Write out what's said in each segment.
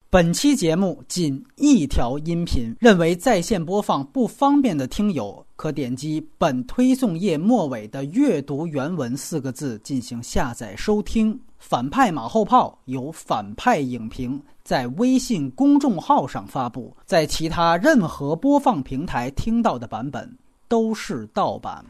本期节目仅一条音频，认为在线播放不方便的听友可点击本推送页末尾的阅读原文4个字进行下载收听。反派马后炮由反派影评在微信公众号上发布，在其他任何播放平台听到的版本都是盗版。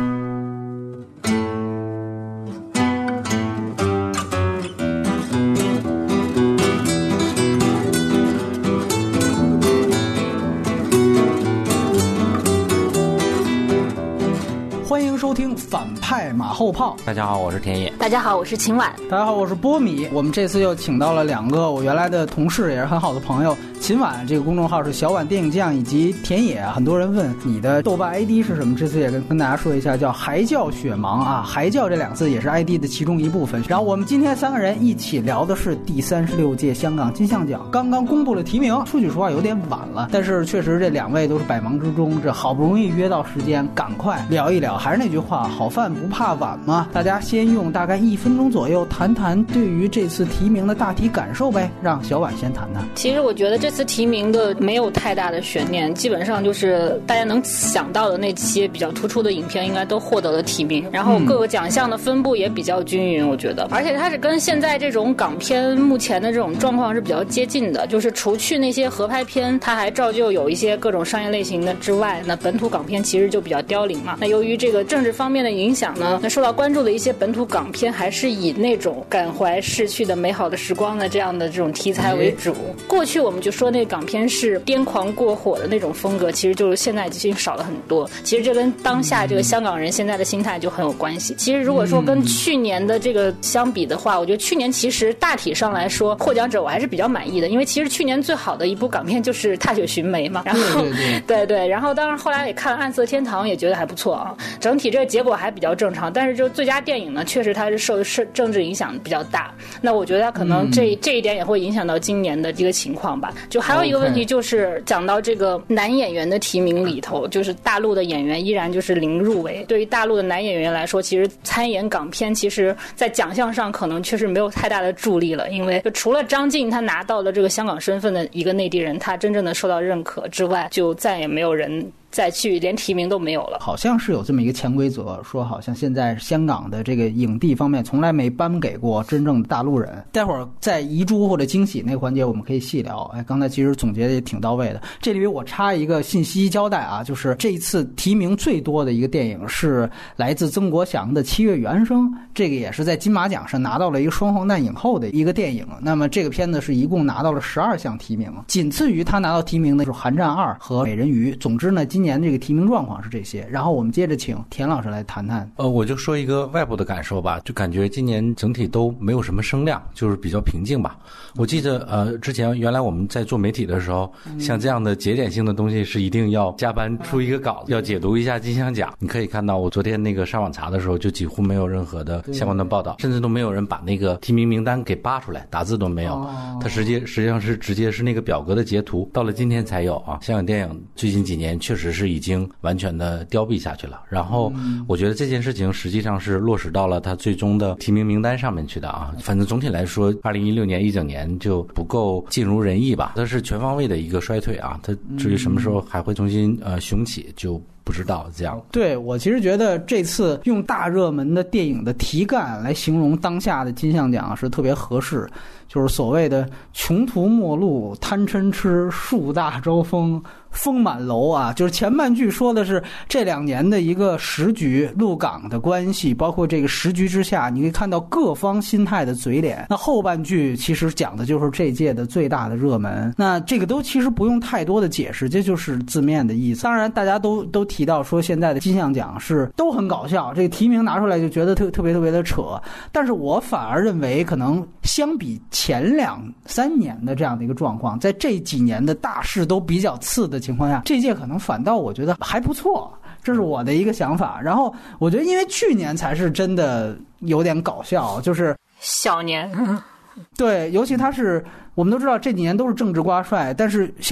欢迎收听反派马后炮。 大家好，我是田野。 大家好，我是秦晚。 大家好，我是波米。我们这次又请到了2个我原来的同事，也是很好的朋友。秦晚这个公众号是小晚电影酱，以及田野。很多人问你的豆瓣 ID 是什么，这次也跟大家说一下，叫孩教雪盲啊。孩教这2字也是 ID 的其中一部分。然后我们今天3个人一起聊的是第36届香港金像奖刚刚公布了提名。说句实话有点晚了，但是确实这2位都是百忙之中，这好不容易约到时间，赶快聊一聊。还是那句话，好饭不怕晚嘛。大家先用大概1分钟左右谈谈对于这次提名的大体感受呗。让小婉先谈谈。 其实我觉得这次提名的没有太大的悬念，基本上就是大家能想到的那些比较突出的影片应该都获得了提名，然后各个奖项的分布也比较均匀，我觉得。而且它是跟现在这种港片目前的这种状况是比较接近的，就是除去那些合拍片它还照旧有一些各种商业类型的之外，那本土港片其实就比较凋零嘛。那由于这个政治方面的影响呢，那受到关注的一些本土港片还是以那种感怀逝去的美好的时光的这样的这种题材为主。过去我们就说那个港片是癫狂过火的那种风格，其实就是现在已经少了很多。其实这跟当下这个香港人现在的心态就很有关系。其实如果说跟去年的这个相比的话，我觉得去年其实大体上来说获奖者我还是比较满意的，因为其实去年最好的一部港片就是《踏雪寻梅》嘛。然后对，然后当然后来也看了《暗色天堂》，也觉得还不错啊。整体这个结果还比较正常，但是就最佳电影呢，确实它是受政治影响比较大。那我觉得它可能这一点也会影响到今年的这个情况吧。就还有一个问题就是讲到这个男演员的提名里头，就是大陆的演员依然就是零入围。对于大陆的男演员来说，其实参演港片其实在奖项上可能确实没有太大的助力了，因为就除了张晋他拿到了这个香港身份的一个内地人，他真正的受到认可之外，就再也没有人再去连提名都没有了。 好像是有这么一个潜规则，说好像现在香港的这个影帝方面从来没颁给过真正的大陆人。待会儿在遗珠或者惊喜那个环节我们可以细聊。刚才其实总结的也挺到位的。这里我插一个信息交代啊，就是这一次提名最多的一个电影是来自曾国祥的《七月与安生》，这个也是在金马奖上拿到了一个双黄蛋影后的一个电影。那么这个片子是一共拿到了12项提名，仅次于他拿到提名的是《寒战2》和《美人鱼》。总之呢，今年这个提名状况是这些。然后我们接着请田老师来谈谈。 我就说一个外部的感受吧，就感觉今年整体都没有什么声量，就是比较平静吧。我记得之前原来我们在做媒体的时候，像这样的节点性的东西是一定要加班出一个稿子，要解读一下金像奖。你可以看到我昨天那个上网查的时候，就几乎没有任何的相关的报道，甚至都没有人把那个提名名单给扒出来，打字都没有。它实际上是直接是那个表格的截图，到了今天才有啊。香港电影最近几年确实是已经完全的凋敝下去了。然后我觉得这件事情实际上是落实到了它最终的提名名单上面去的啊。反正总体来说2016年一整年就不够尽如人意吧，它是全方位的一个衰退啊。它至于什么时候还会重新雄起就不知道。这样对，我其实觉得这次用大热门的电影的题干来形容当下的金像奖是特别合适，就是所谓的穷途末路贪嗔痴树大招风风满楼啊。就是前半句说的是这2年的一个时局陆港的关系，包括这个时局之下你可以看到各方心态的嘴脸。那后半句其实讲的就是这届的最大的热门，那这个都其实不用太多的解释，这就是字面的意思。当然大家都提到说现在的金像奖是都很搞笑，这个提名拿出来就觉得特别的扯，但是我反而认为可能相比前2-3年的这样的一个状况，在这几年的大势都比较次的情况下，这届可能反倒我觉得还不错，这是我的一个想法。然后我觉得因为去年才是真的有点搞笑，就是小年对，尤其他是我们都知道这几年都是政治挂帅，但是像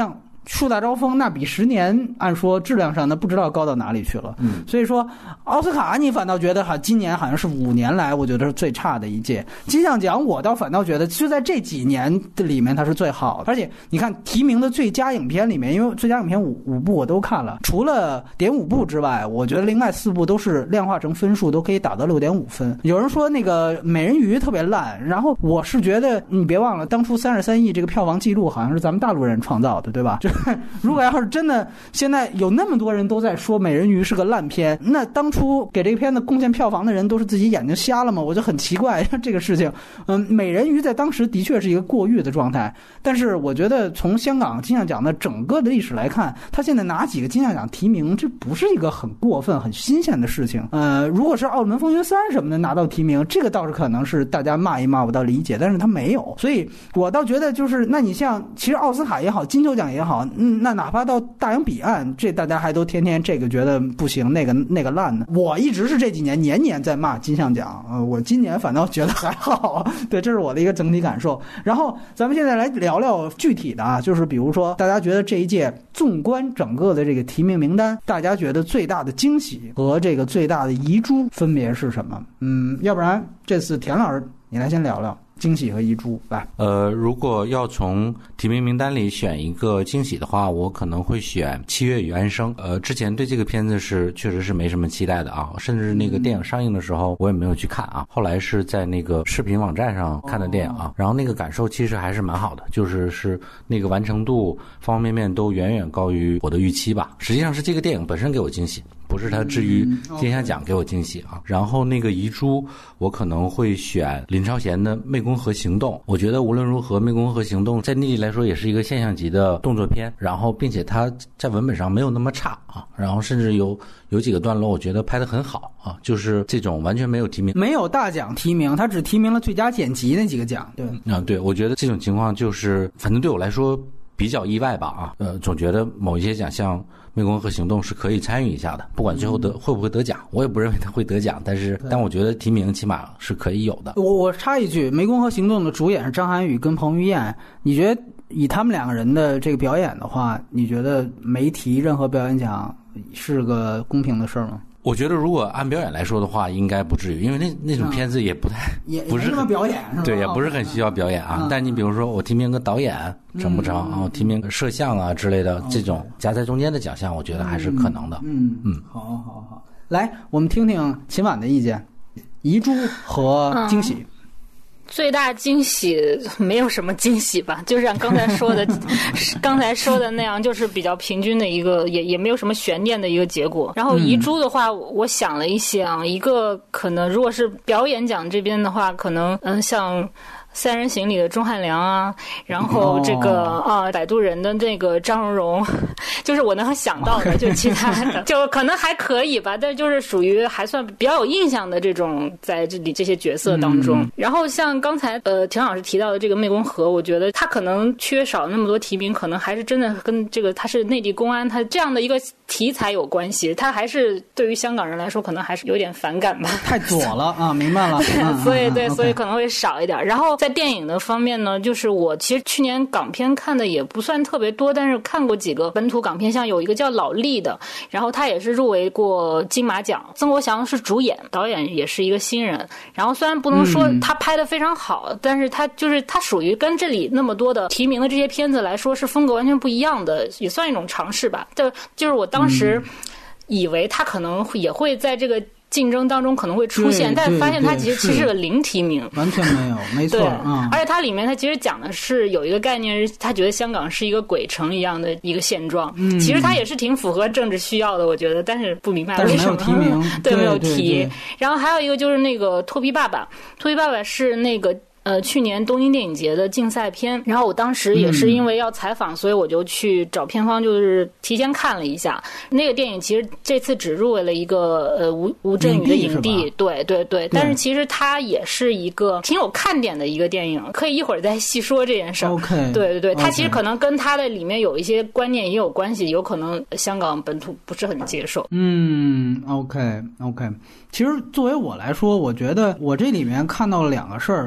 树大招风，那比10年按说质量上那不知道高到哪里去了。所以说奥斯卡你反倒觉得今年好像是5年来我觉得是最差的一届。金像奖我倒反倒觉得就在这几年的里面它是最好的。而且你看提名的最佳影片里面，因为最佳影片五部我都看了，除了点5部之外，我觉得另外4部都是量化成分数都可以打到6.5分。有人说那个美人鱼特别烂，然后我是觉得你别忘了当初33亿这个票房记录好像是咱们大陆人创造的，对吧？如果要是真的现在有那么多人都在说美人鱼是个烂片，那当初给这个片子贡献票房的人都是自己眼睛瞎了吗？我就很奇怪这个事情。美人鱼在当时的确是一个过誉的状态，但是我觉得从香港金像奖的整个的历史来看，他现在拿几个金像奖提名，这不是一个很过分很新鲜的事情。如果是《澳门风云3》什么的拿到提名，这个倒是可能是大家骂一骂我倒理解，但是他没有，所以我倒觉得就是那你像其实奥斯卡也好，金球奖也好，那哪怕到大洋彼岸，这大家还都天天这个觉得不行，那个烂的。我一直是这几年年年在骂金像奖，我今年反倒觉得还好，对，这是我的一个整体感受。然后咱们现在来聊聊具体的啊，就是比如说大家觉得这一届纵观整个的这个提名名单，大家觉得最大的惊喜和这个最大的遗珠分别是什么？要不然这次田老师你来先聊聊惊喜和遗珠来。 如果要从提名名单里选一个惊喜的话，我可能会选《七月与安生》。之前对这个片子确实是没什么期待的啊，甚至那个电影上映的时候我也没有去看啊。后来是在那个视频网站上看的电影啊，然后那个感受其实还是蛮好的，就是那个完成度方方面面都远远高于我的预期吧。实际上是这个电影本身给我惊喜，不是他至于金像奖给我惊喜啊。然后那个遗珠我可能会选林超贤的《湄公河行动》，我觉得无论如何《湄公河行动》在内地来说也是一个现象级的动作片，然后并且它在文本上没有那么差啊，然后甚至有几个段落我觉得拍得很好啊，就是这种完全没有提名， 没有大奖提名，他只提名了最佳剪辑那几个奖。对对，我觉得这种情况就是反正对我来说比较意外吧啊，总觉得某一些奖项湄公河行动是可以参与一下的，不管最后会不会得奖，我也不认为他会得奖，但我觉得提名起码是可以有的。 我插一句，湄公河行动的主演是张涵予跟彭于晏，你觉得以他们2个人的这个表演的话，你觉得没提任何表演奖是个公平的事吗？ 我觉得如果按表演来说的话应该不至于，因为那种片子也不太不是那么表演是吧？ 对，也不是很需要表演啊。但你比如说我提名个导演成不成啊？我提名个摄像啊之类的这种夹在中间的奖项，我觉得还是可能的。 好，来我们听听秦晚的意见，遗珠和惊喜。 最大惊喜没有什么惊喜吧，就是像刚才说的那样，就是比较平均的一个，也没有什么悬念的一个结果。然后遗珠的话，我想了一些啊，一个可能如果是表演奖这边的话，可能像三人行里的钟汉良啊，然后这个摆渡人的这个张荣荣，就是我能想到的，就其他的就可能还可以吧，但就是属于还算比较有印象的这种在这里这些角色当中。然后像刚才田老师提到的这个湄公河，我觉得他可能缺少那么多提名，可能还是真的跟这个他是内地公安他这样的一个题材有关系，他还是对于香港人来说可能还是有点反感吧， 太左了啊，明白了。 所以可能会少一点。然后在电影的方面呢，就是我其实去年港片看的也不算特别多，但是看过几个本土港片，像有一个叫老力的，然后他也是入围过金马奖，曾国祥是主演，导演也是一个新人。然后虽然不能说他拍的非常好，但是他属于跟这里那么多的提名的这些片子来说是风格完全不一样的，也算一种尝试吧。就是我当时以为他可能也会在这个竞争当中可能会出现，但发现它其实是个零提名， 完全没有，没错。 而且它里面它其实讲的是有一个概念，他觉得香港是一个鬼城一样的一个现状。其实它也是挺符合政治需要的，我觉得，但是不明白为什么但是没有提名， 对，没有提。然后还有一个就是那个脱皮爸爸，脱皮爸爸是那个。去年东京电影节的竞赛片，然后我当时也是因为要采访，所以我就去找片方，就是提前看了一下那个电影。其实这次只入围了一个吴镇宇的影帝，对，但是其实它也是一个挺有看点的一个电影，可以一会儿再细说这件事儿。 OK， 对，它其实可能跟它的里面有一些观念也有关系，有可能香港本土不是很接受。 OK。其实作为我来说，我觉得我这里面看到了2个事儿，最大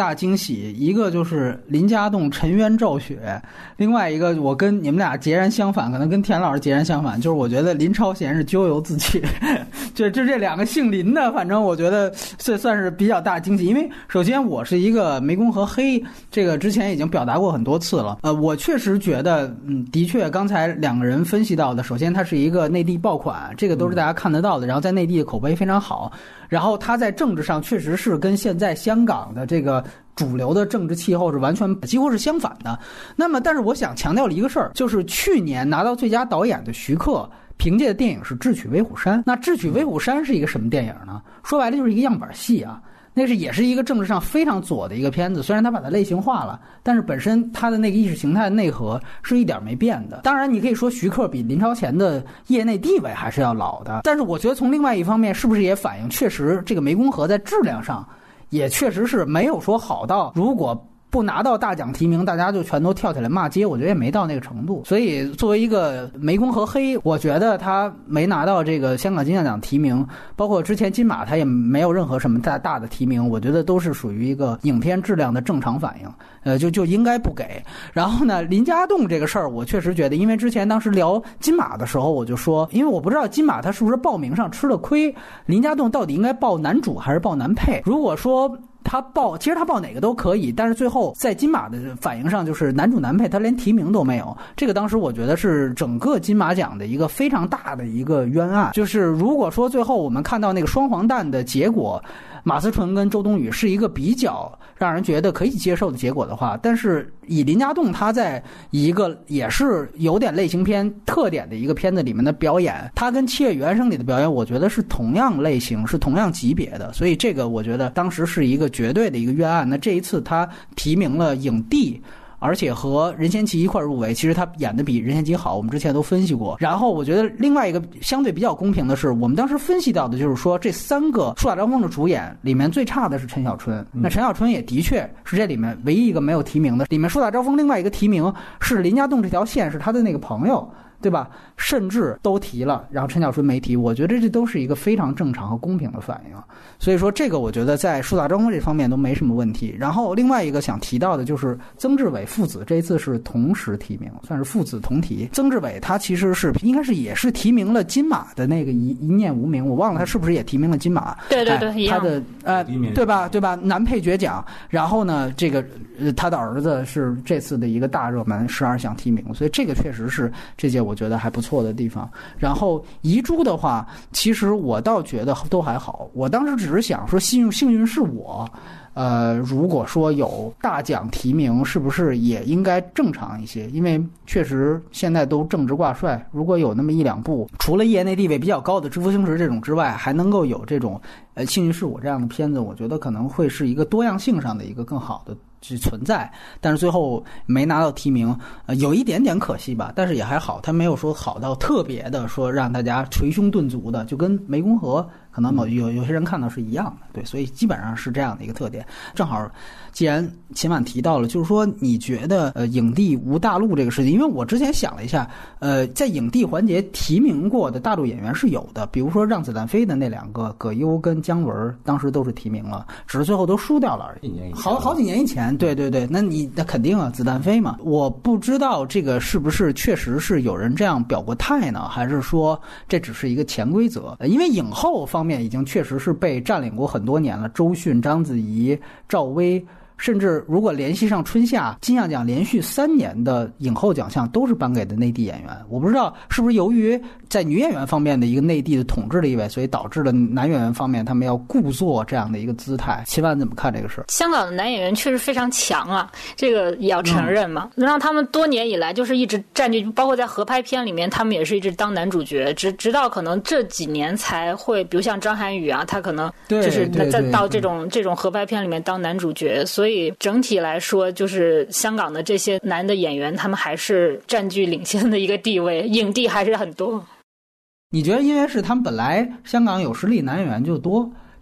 大惊喜，一个就是林家栋沉冤昭雪，另外一个我跟你们俩截然相反，可能跟田老师截然相反，就是我觉得林超贤是咎由自取，就这两个姓林的，反正我觉得这算是比较大惊喜。因为首先我是一个湄公河黑，这个之前已经表达过很多次了。我确实觉得，的确刚才两个人分析到的，首先它是一个内地爆款，这个都是大家看得到的，然后在内地的口碑非常好，然后它在政治上确实是跟现在香港的这个主流的政治气候是完全几乎是相反的。那么但是我想强调了一个事儿，就是去年拿到最佳导演的徐克凭借的电影是《智取威虎山》。那《智取威虎山》是一个什么电影呢？说白了就是一个样板戏啊，那是也是一个政治上非常左的一个片子，虽然他把它类型化了，但是本身他的那个意识形态的内核是一点没变的。当然你可以说徐克比林超贤的业内地位还是要老的，但是我觉得从另外一方面是不是也反映确实这个湄公河在质量上也确实是没有说好到如果不拿到大奖提名大家就全都跳起来骂街，我觉得也没到那个程度。所以作为一个湄公河黑，我觉得他没拿到这个香港金像奖提名，包括之前金马他也没有任何什么大的提名，我觉得都是属于一个影片质量的正常反应，就应该不给。然后呢，林家栋这个事儿我确实觉得，因为之前当时聊金马的时候我就说，因为我不知道金马他是不是报名上吃了亏，林家栋到底应该报男主还是报男配。如果说其实他报哪个都可以，但是最后在金马的反应上就是男主男配他连提名都没有，这个当时我觉得是整个金马奖的一个非常大的一个冤案。就是如果说最后我们看到那个双黄蛋的结果，马思纯跟周冬雨是一个比较让人觉得可以接受的结果的话，但是以林家栋他在一个也是有点类型片特点的一个片子里面的表演，他跟《七月与安生》里的表演我觉得是同样类型是同样级别的，所以这个我觉得当时是一个绝对的一个冤案。那这一次他提名了影帝，而且和任贤齐一块入围，其实他演的比任贤齐好，我们之前都分析过。然后我觉得另外一个相对比较公平的是，我们当时分析到的就是说，这三个《树大招风》的主演里面最差的是陈小春，那陈小春也的确是这里面唯一一个没有提名的。里面《树大招风》另外一个提名是林家栋这条线是他的那个朋友，对吧？甚至都提了，然后陈小春没提，我觉得这都是一个非常正常和公平的反应。所以说这个我觉得在树大招风这方面都没什么问题。然后另外一个想提到的就是曾志伟父子这一次是同时提名，算是父子同提。曾志伟他其实是应该是也是提名了金马的那个一念无名，我忘了他是不是也提名了金马。 对对对，一样。 他的对吧男配角奖。然后呢这个他的儿子是这次的一个大热门12项提名，所以这个确实是这届我觉得还不错的地方。然后遗珠的话其实我倒觉得都还好，我当时只是想说幸运是我如果说有大奖提名是不是也应该正常一些，因为确实现在都政治挂帅，如果有那么一两部除了业内地位比较高的《知府星驰》这种之外还能够有这种幸运是我这样的片子，我觉得可能会是一个多样性上的一个更好的存在。但是最后没拿到提名有一点点可惜吧，但是也还好，他没有说好到特别的说让大家捶胸顿足的，就跟湄公河可能有些人看到是一样的。对，所以基本上是这样的一个特点。正好既然秦晚提到了，就是说你觉得影帝无大陆这个事情，因为我之前想了一下在影帝环节提名过的大陆演员是有的，比如说让子弹飞的那两个葛优跟姜文当时都是提名了，只是最后都输掉了而已。好几年以前，对对对，那肯定啊，子弹飞嘛。我不知道这个是不是确实是有人这样表过态呢，还是说这只是一个潜规则？因为影后方面已经确实是被占领过很多年了，周迅、章子怡、赵薇，甚至如果联系上春夏金像奖连续3年的影后奖项都是颁给的内地演员。我不知道是不是由于在女演员方面的一个内地的统治地位，所以导致了男演员方面他们要故作这样的一个姿态。秦晚怎么看这个事？ 香港的男演员确实非常强啊，这个也要承认嘛。让他们多年以来就是一直占据，包括在合拍片里面他们也是一直当男主角，直到可能这几年才会，比如像张涵予啊，他可能就是再到这种合拍片里面当男主角。所以整体来说就是香港的这些男的演员他们还是占据领先的一个地位，影帝还是很多。 你觉得因为是他们本来香港有实力男演员就多，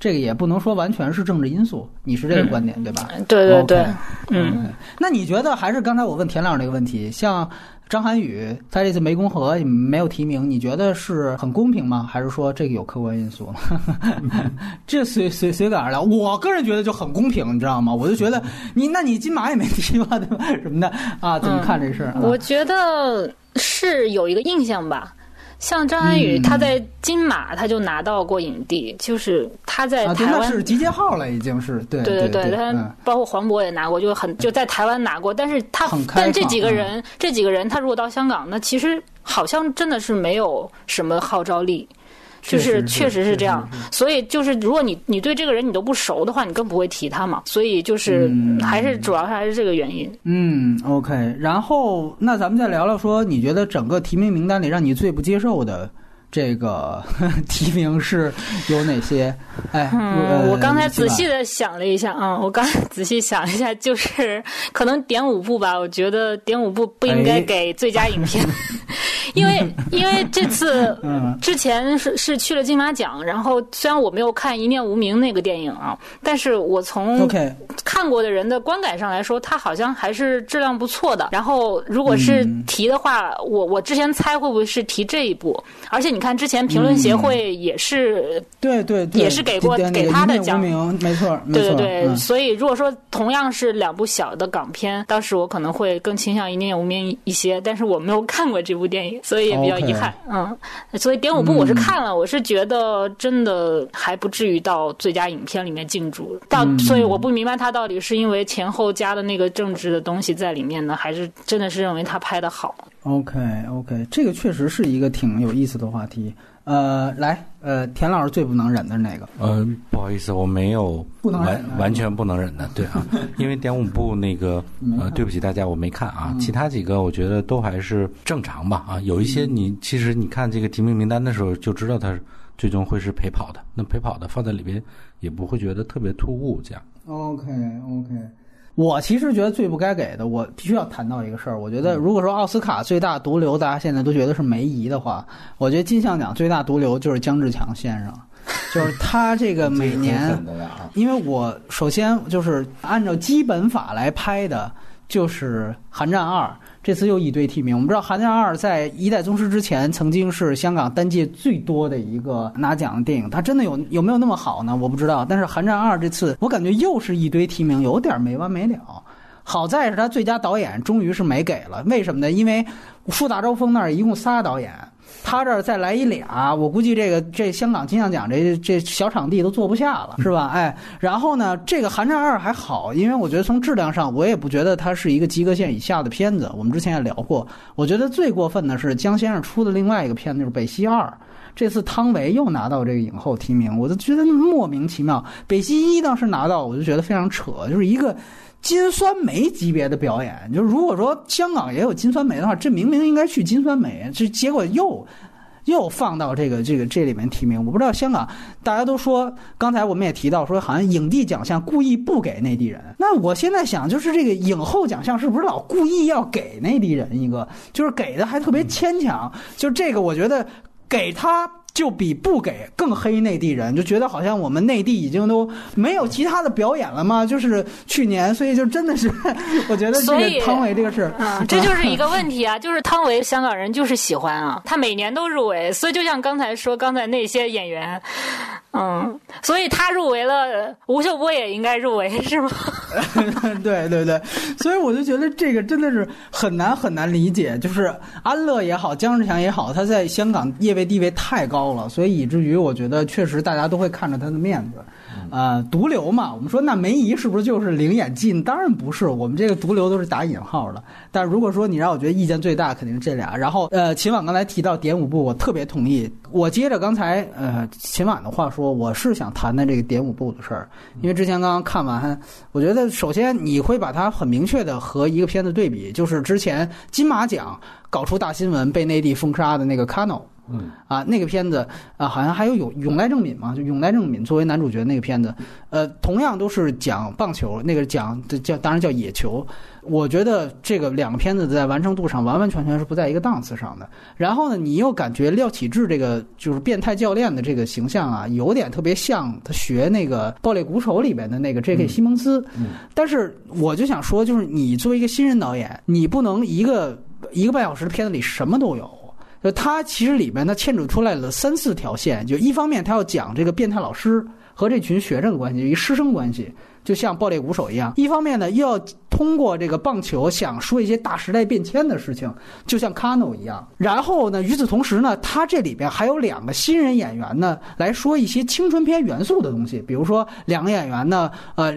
这个也不能说完全是政治因素，你是这个观点对吧？ 对对对， 那你觉得还是刚才我问田亮那个问题，像张涵予他这次湄公河没有提名，你觉得是很公平吗？还是说这个有客观因素？这随感而聊。我个人觉得就很公平，你知道吗？我就觉得你金马也没提吧，对吧？什么的啊？怎么看这事儿？ 我觉得是有一个印象吧。像张涵予，他在金马他就拿到过影帝，就是他在台湾、 那是集结号了，已经是对， 他包括黄渤也拿过，就在台湾拿过，但是但这几个人，他如果到香港，那其实好像真的是没有什么号召力。就是确实是这样，所以就是如果你对这个人你都不熟的话，你更不会提他嘛。所以就是主要还是这个原因。 OK。然后那咱们再聊聊说，你觉得整个提名名单里让你最不接受的这个提名是有哪些？ 我刚才仔细的想了一下就是可能点5部吧，我觉得点5部不应该给最佳影片。因为这次之前是去了金马奖，然后虽然我没有看《一念无名》那个电影啊，但是我从看过的人的观感上来说，它好像还是质量不错的。然后如果是提的话，我之前猜会不会是提这一部？而且你看之前评论协会也是对， 也是给他的奖， 没错， 对。所以如果说同样是2部小的港片，当时我可能会更倾向《一念无名》一些，但是我没有看过这部电影。所以也比较遗憾，所以点5部我是看了，我是觉得真的还不至于到最佳影片里面进驻，所以我不明白他到底是因为前后加的那个政治的东西在里面呢，还是真的是认为他拍得好。 OK， 这个确实是一个挺有意思的话题。田老师最不能忍的是哪个？ 不好意思，我没有完全不能忍的，对啊，因为点5部那个对不起大家，我没看啊，其他几个我觉得都还是正常吧啊，有一些其实你看这个提名名单的时候就知道它最终会是陪跑的，那陪跑的放在里边也不会觉得特别突兀，这样。 OK。我其实觉得最不该给的，我必须要谈到一个事儿。我觉得如果说奥斯卡最大毒瘤大家现在都觉得是梅姨的话，我觉得金像奖最大毒瘤就是姜志强先生。就是他这个每年因为我首先就是按照基本法来拍的就是《寒战2》，这次又一堆提名。我们知道《寒战2》在《一代宗师》之前曾经是香港单届最多的一个拿奖的电影，它真的有没有那么好呢？我不知道。但是《寒战2》这次我感觉又是一堆提名，有点没完没了。好在是他最佳导演终于是没给了，为什么呢？因为树大招风那儿一共仨导演，他这儿再来俩，我估计这香港金像奖这小场地都坐不下了，是吧？然后呢，这个《寒战2》还好，因为我觉得从质量上，我也不觉得它是一个及格线以下的片子。我们之前也聊过，我觉得最过分的是姜先生出的另外一个片子，就是《北西2》。这次汤唯又拿到这个影后提名，我就觉得莫名其妙。北西1当时拿到，我就觉得非常扯，就是一个金酸梅级别的表演。就是如果说香港也有金酸梅的话，这明明应该去金酸梅，这结果又放到这里面提名。我不知道香港，大家都说，刚才我们也提到说，好像影帝奖项故意不给内地人。那我现在想，就是这个影后奖项是不是老故意要给内地人一个，就是给的还特别牵强。就这个，我觉得给他就比不给更黑内地人，就觉得好像我们内地已经都没有其他的表演了吗？就是去年，所以就真的是，我觉得这个汤唯这个事， 这就是一个问题啊，就是汤唯香港人就是喜欢啊，他每年都入围，所以就像刚才那些演员，所以他入围了，吴秀波也应该入围，是吗？ 对，所以我就觉得这个真的是很难理解，就是安乐也好，姜志强也好，他在香港业位地位太高了，所以以至于我觉得确实大家都会看着他的面子。毒瘤嘛，我们说那梅姨是不是就是零演技？当然不是，我们这个毒瘤都是打引号的。但如果说你让我觉得意见最大，肯定是这俩。然后秦晚刚才提到点5部，我特别同意。我接着刚才秦晚的话说，我是想谈谈这个点5部的事儿，因为之前刚刚看完，我觉得首先你会把它很明确的和一个片子对比，就是之前金马奖搞出大新闻被内地封杀的那个 Kano。 那个片子好像还有永濑正敏嘛，就永濑正敏作为男主角那个片子，同样都是讲棒球，那个当然叫野球。我觉得这个两个片子在完成度上完完全全是不在一个档次上的。然后呢，你又感觉廖启智这个就是变态教练的这个形象啊，有点特别像他学那个《爆裂鼓手》里边的那个 J.K. 西蒙斯。但是我就想说，就是你作为一个新人导演，你不能一个半小时的片子里什么都有。就他其实里面呢牵扯出来了3-4条线，就一方面他要讲这个变态老师和这群学生的关系，一师生关系，就像爆裂鼓手一样；一方面呢又要通过这个棒球想说一些大时代变迁的事情，就像 Kano 一样。然后呢，与此同时呢，他这里边还有2个新人演员呢，来说一些青春片元素的东西。比如说2个演员呢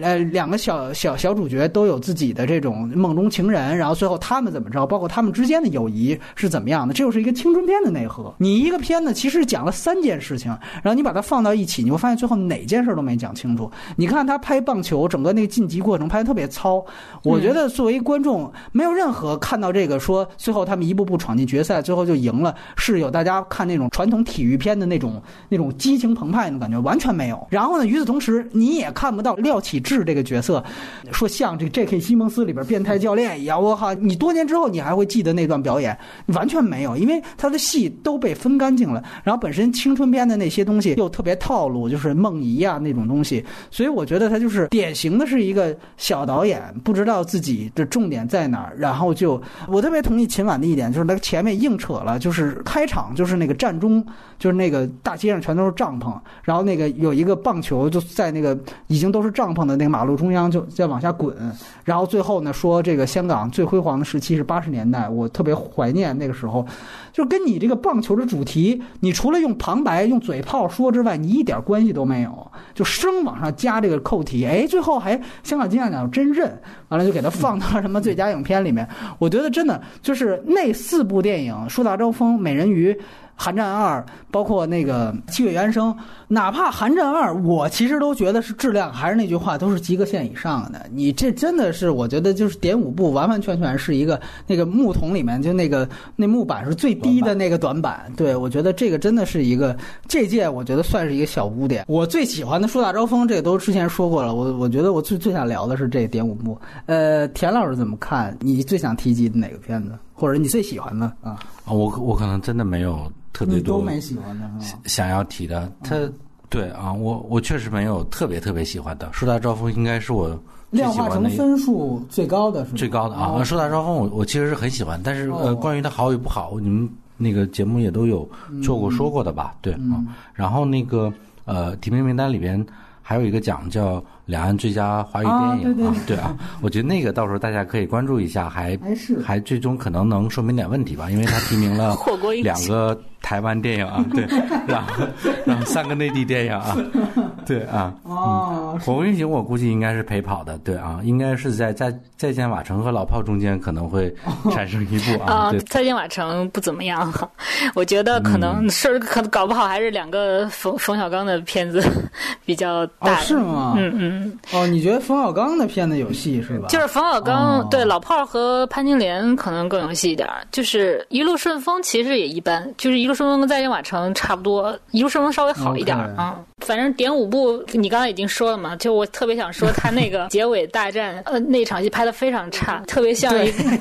，2个小主角都有自己的这种梦中情人，然后最后他们怎么着，包括他们之间的友谊是怎么样的，这就是一个青春片的内核。你一个片呢，其实讲了3件事情，然后你把它放到一起，你会发现最后哪件事都没讲清楚。你看他拍棒球，整个那个晋级过程拍得特别糙。我觉得作为观众，没有任何看到这个说最后他们一步步闯进决赛，最后就赢了，是有大家看那种传统体育片的那种激情澎湃那种感觉，完全没有。然后呢，与此同时，你也看不到廖启智这个角色说像这个 J.K. 西蒙斯里边变态教练一样，我靠，你多年之后你还会记得那段表演，完全没有，因为他的戏都被分干净了。然后本身青春片的那些东西又特别套路，就是梦遗啊那种东西，所以我觉得他就是典型的是一个小导演不知道自己的重点在哪儿，然后我特别同意秦晚的一点，就是他前面硬扯了，就是开场就是那个战中，就是那个大街上全都是帐篷，然后那个有一个棒球就在那个已经都是帐篷的那个马路中央就在往下滚，然后最后呢说这个香港最辉煌的时期是80年代，我特别怀念那个时候，就跟你这个棒球的主题，你除了用旁白用嘴炮说之外，你一点关系都没有，就生往上加这个扣题，最后还香港金像奖真认，完了就给他放到什么最佳影片里面。我觉得真的就是那4部电影《树大招风》、美人鱼、寒战2，包括那个七月与安生，哪怕寒战2我其实都觉得是质量，还是那句话，都是及格线以上的。你这真的是我觉得就是点5部完完全全是一个那个木桶里面就那木板是最低的那个短板。对，我觉得这个真的是一个这届我觉得算是一个小污点。我最喜欢的树大招风，这个都之前说过了，我觉得我最想聊的是这点5部。田老师怎么看？你最想提及的哪个片子，或者你最喜欢的啊？ 我可能真的没有特别多都没喜欢的想要提的。对啊，我确实没有特别喜欢的。树大招风应该是我量化成分数最高的是吗？ 最高的啊。树大招风我其实是很喜欢，但是关于它好与不好，你们那个节目也都有说过的吧？对啊。然后那个提名名单里边还有一个奖叫两岸最佳华语电影对啊，我觉得那个到时候大家可以关注一下，还最终可能能说明点问题吧，因为他提名了2个台湾电影啊，对，然后3个内地电影啊，对啊，火锅运行我估计应该是陪跑的，对啊，应该是在再见瓦城和老炮中间可能会产生一部啊，对， 再见瓦城不怎么样，我觉得可能是可能搞不好还是2个冯小刚的片子比较大， 是吗？你觉得冯小刚的片子有戏是吧？ 就是冯小刚对老炮和潘金莲可能更有戏一点，就是一路顺风其实也一般，就是一路顺风跟再见瓦城差不多，一路顺风稍微好一点啊。反正点5部你刚才已经说了嘛，就我特别想说他那个结尾大战那场戏拍得非常差，特别像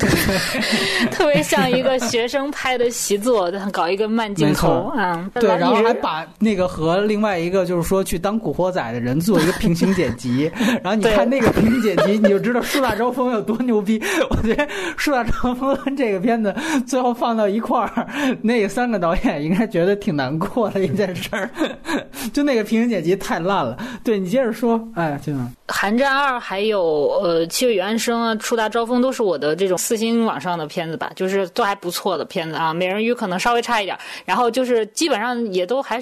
一个学生拍的习作，搞一个慢镜头啊。 对，然后还把那个和另外一个就是说去当古惑仔的人做一个平行剪辑，然后你看那个平行剪辑，你就知道树大招风有多牛逼。我觉得树大招风跟这个片子最后放到一块儿，那3个导演应该觉得挺难过的一件事儿，就那个平行剪辑太烂了。对，你接着说。这样寒战2还有七月与安生啊，树大招风都是我的这种4星往上的片子吧，就是都还不错的片子啊。美人鱼可能稍微差一点，然后就是基本上也都还是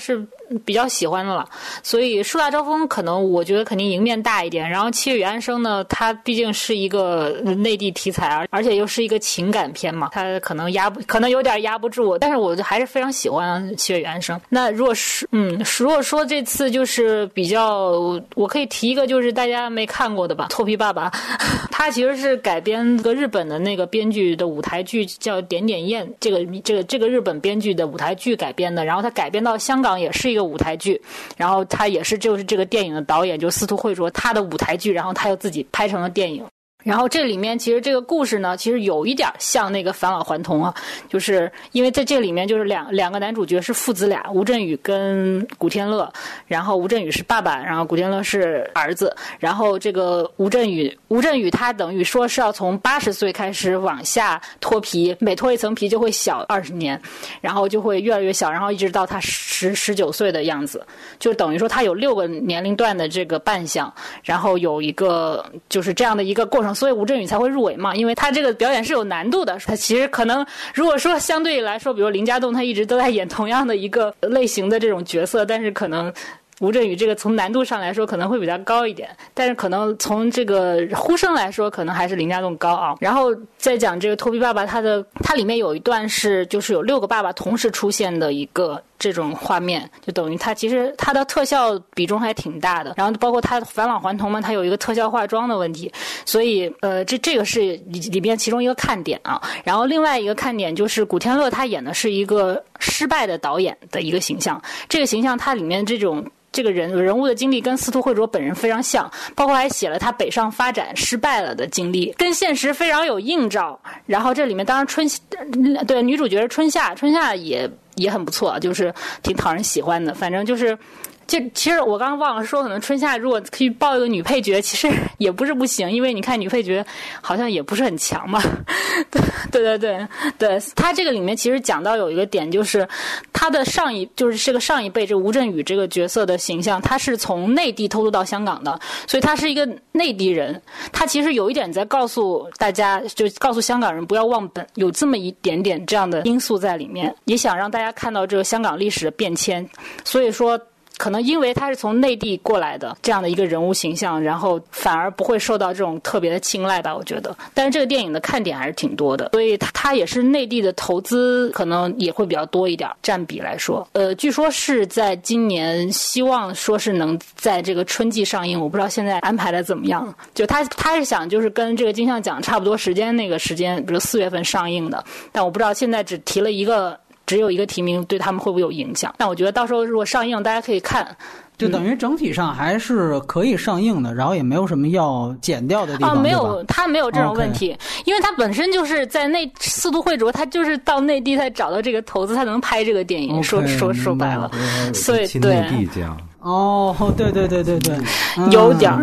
比较喜欢的了。所以树大招风可能我觉得肯定赢面大一点。然后七月与安生呢，它毕竟是一个内地题材啊，而且又是一个情感片嘛，它可能有点压不住，但是我还是非常喜欢七月与安生。那如果说这次就是比较，我可以提一个就是大家没看过的吧，脱皮爸爸，它其实是改编个日本的那个编剧的舞台剧叫点点雁，这个日本编剧的舞台剧改编的，然后它改编到香港也是一个舞台剧，然后它也是就是这个电影的导演就是司徒慧卓他的舞台剧，然后他又自己拍成了电影。然后这里面其实这个故事呢，其实有一点像那个返老还童啊，就是因为在这里面就是两个男主角是父子俩，吴镇宇跟古天乐，然后吴镇宇是爸爸，然后古天乐是儿子，然后这个吴镇宇他等于说是要从80岁开始往下脱皮，每脱一层皮就会小20年，然后就会越来越小，然后一直到他19岁的样子，就等于说他有6个年龄段的这个扮相，然后有一个就是这样的一个过程。所以吴镇宇才会入围嘛，因为他这个表演是有难度的。他其实可能如果说相对来说，比如林家栋他一直都在演同样的一个类型的这种角色，但是可能吴镇宇这个从难度上来说可能会比较高一点，但是可能从这个呼声来说可能还是林家栋高啊。然后再讲这个脱皮爸爸，它里面有一段是就是有6个爸爸同时出现的一个这种画面，就等于它其实它的特效比重还挺大的，然后包括它返老还童嘛，它有一个特效化妆的问题，所以这个是里边其中一个看点啊。然后另外一个看点就是古天乐他演的是一个失败的导演的一个形象，这个形象它里面这个人物的经历跟司徒慧卓本人非常像，包括还写了他北上发展失败了的经历，跟现实非常有映照。然后这里面当然对女主角春夏也很不错，就是挺讨人喜欢的。反正就是其实我刚刚忘了说，可能春夏如果可以报一个女配角，其实也不是不行，因为你看女配角好像也不是很强嘛。对，他这个里面其实讲到有一个点，就是他的上一辈这个吴镇宇这个角色的形象，他是从内地偷渡到香港的，所以他是一个内地人。他其实有一点在告诉大家，就告诉香港人不要忘本，有这么一点点这样的因素在里面，也想让大家看到这个香港历史的变迁。所以说可能因为他是从内地过来的这样的一个人物形象，然后反而不会受到这种特别的青睐吧，我觉得。但是这个电影的看点还是挺多的，所以他也是内地的投资可能也会比较多一点，占比来说。据说是在今年希望说是能在这个春季上映，我不知道现在安排的怎么样。就他是想就是跟这个金像奖差不多时间那个时间，比如4月份上映的，但我不知道现在只有一个提名对他们会不会有影响，但我觉得到时候如果上映大家可以看， 就等于整体上还是可以上映的，然后也没有什么要剪掉的地方。 没有，他没有这种问题， okay. 因为他本身就是在司徒慧卓，他就是到内地才找到这个投资，他能拍这个电影。 Okay, 说白了，所以对内地这样。 哦，对， 有点。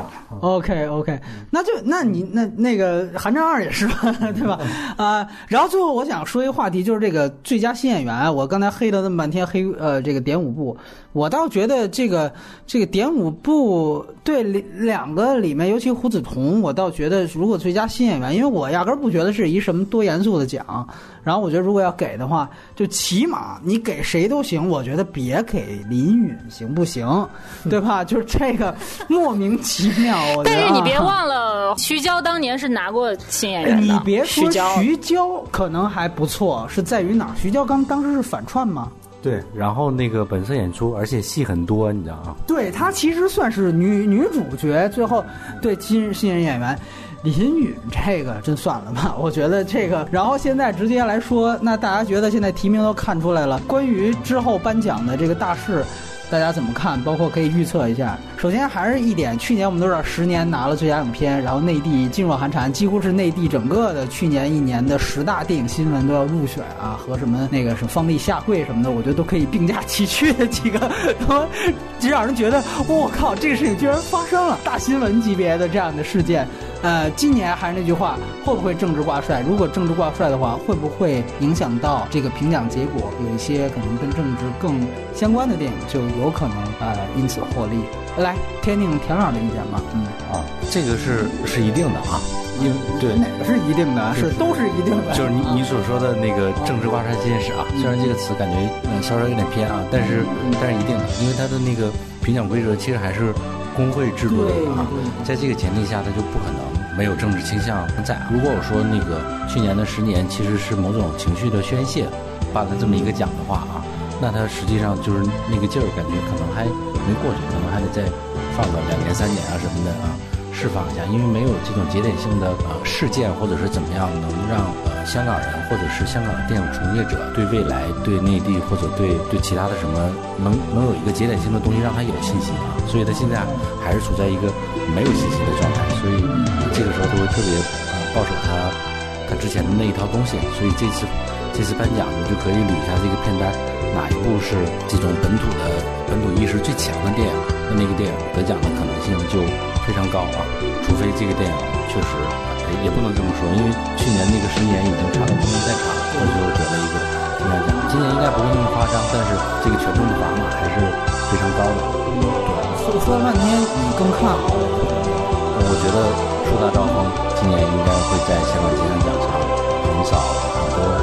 OK， 那你那个寒战2也是吧，对吧？然后最后我想说一个话题，就是这个最佳新演员，我刚才黑了那么半天这个点5部，我倒觉得这个点5部对2个里面，尤其胡子彤，我倒觉得如果最佳新演员，因为我压根儿不觉得是一什么多严肃的奖，然后我觉得如果要给的话，就起码你给谁都行，我觉得别给林允行不行？对吧？就是这个莫名其妙。 但是你别忘了，徐娇当年是拿过新演员的。 你别说徐娇可能还不错，是在于哪儿？徐娇当时是反串吗？ 对，然后那个本色演出，而且戏很多，你知道吗？ 对，她其实算是女主角，最后对新人演员。林允这个真算了吧，我觉得这个。然后现在直接来说，那大家觉得现在提名都看出来了，关于之后颁奖的这个大事，大家怎么看？包括可以预测一下。首先还是一点，去年我们都知道10年拿了最佳影片，然后内地噤若寒蝉，几乎是内地整个的去年1年的10大电影新闻都要入选啊，和什么那个什么方力下跪什么的，我觉得都可以并驾齐驱的几个，只让人觉得我靠，这个事情居然发生了，大新闻级别的这样的事件。今年还是那句话，会不会政治挂帅？如果政治挂帅的话，会不会影响到这个评奖结果？有一些可能跟政治更相关的电影就有可能因此获利。来，听听田老的意见吧。 这个是一定的啊。 对， 哪个是一定的？是都是一定的。 就是你所说的那个政治挂帅这件事啊，虽然这个词感觉稍稍有点偏啊，但是一定的，因为它的那个评奖规则其实还是工会制度的啊，在这个前提下，它就不可能没有政治倾向在啊。如果我说那个去年的10年其实是某种情绪的宣泄，办了这么一个奖的话啊，那它实际上就是那个劲儿，感觉可能还没过去，可能还得再放个2年3年啊什么的啊，释放一下，因为没有这种节点性的事件或者是怎么样能让香港人或者是香港的电影从业者对未来、对内地或者对其他的什么能有一个节点性的东西让他有信心啊，所以他现在还是处在一个没有信心的状态，所以这个时候他会特别抱守他之前的那一套东西，所以这次颁奖你就可以捋一下这个片单，哪一部是这种本土意识最强的电影，那个电影得奖的可能性就非常高啊，除非这个电影确实也不能这么说，因为去年那个10年已经差到不能再差，到最后得了一个金像奖，今年应该不会那么夸张，但是这个权重的砝码还是非常高的。 对，说了半天，你更看好？ 我觉得《树大招风》今年应该会在香港金像奖上横扫很多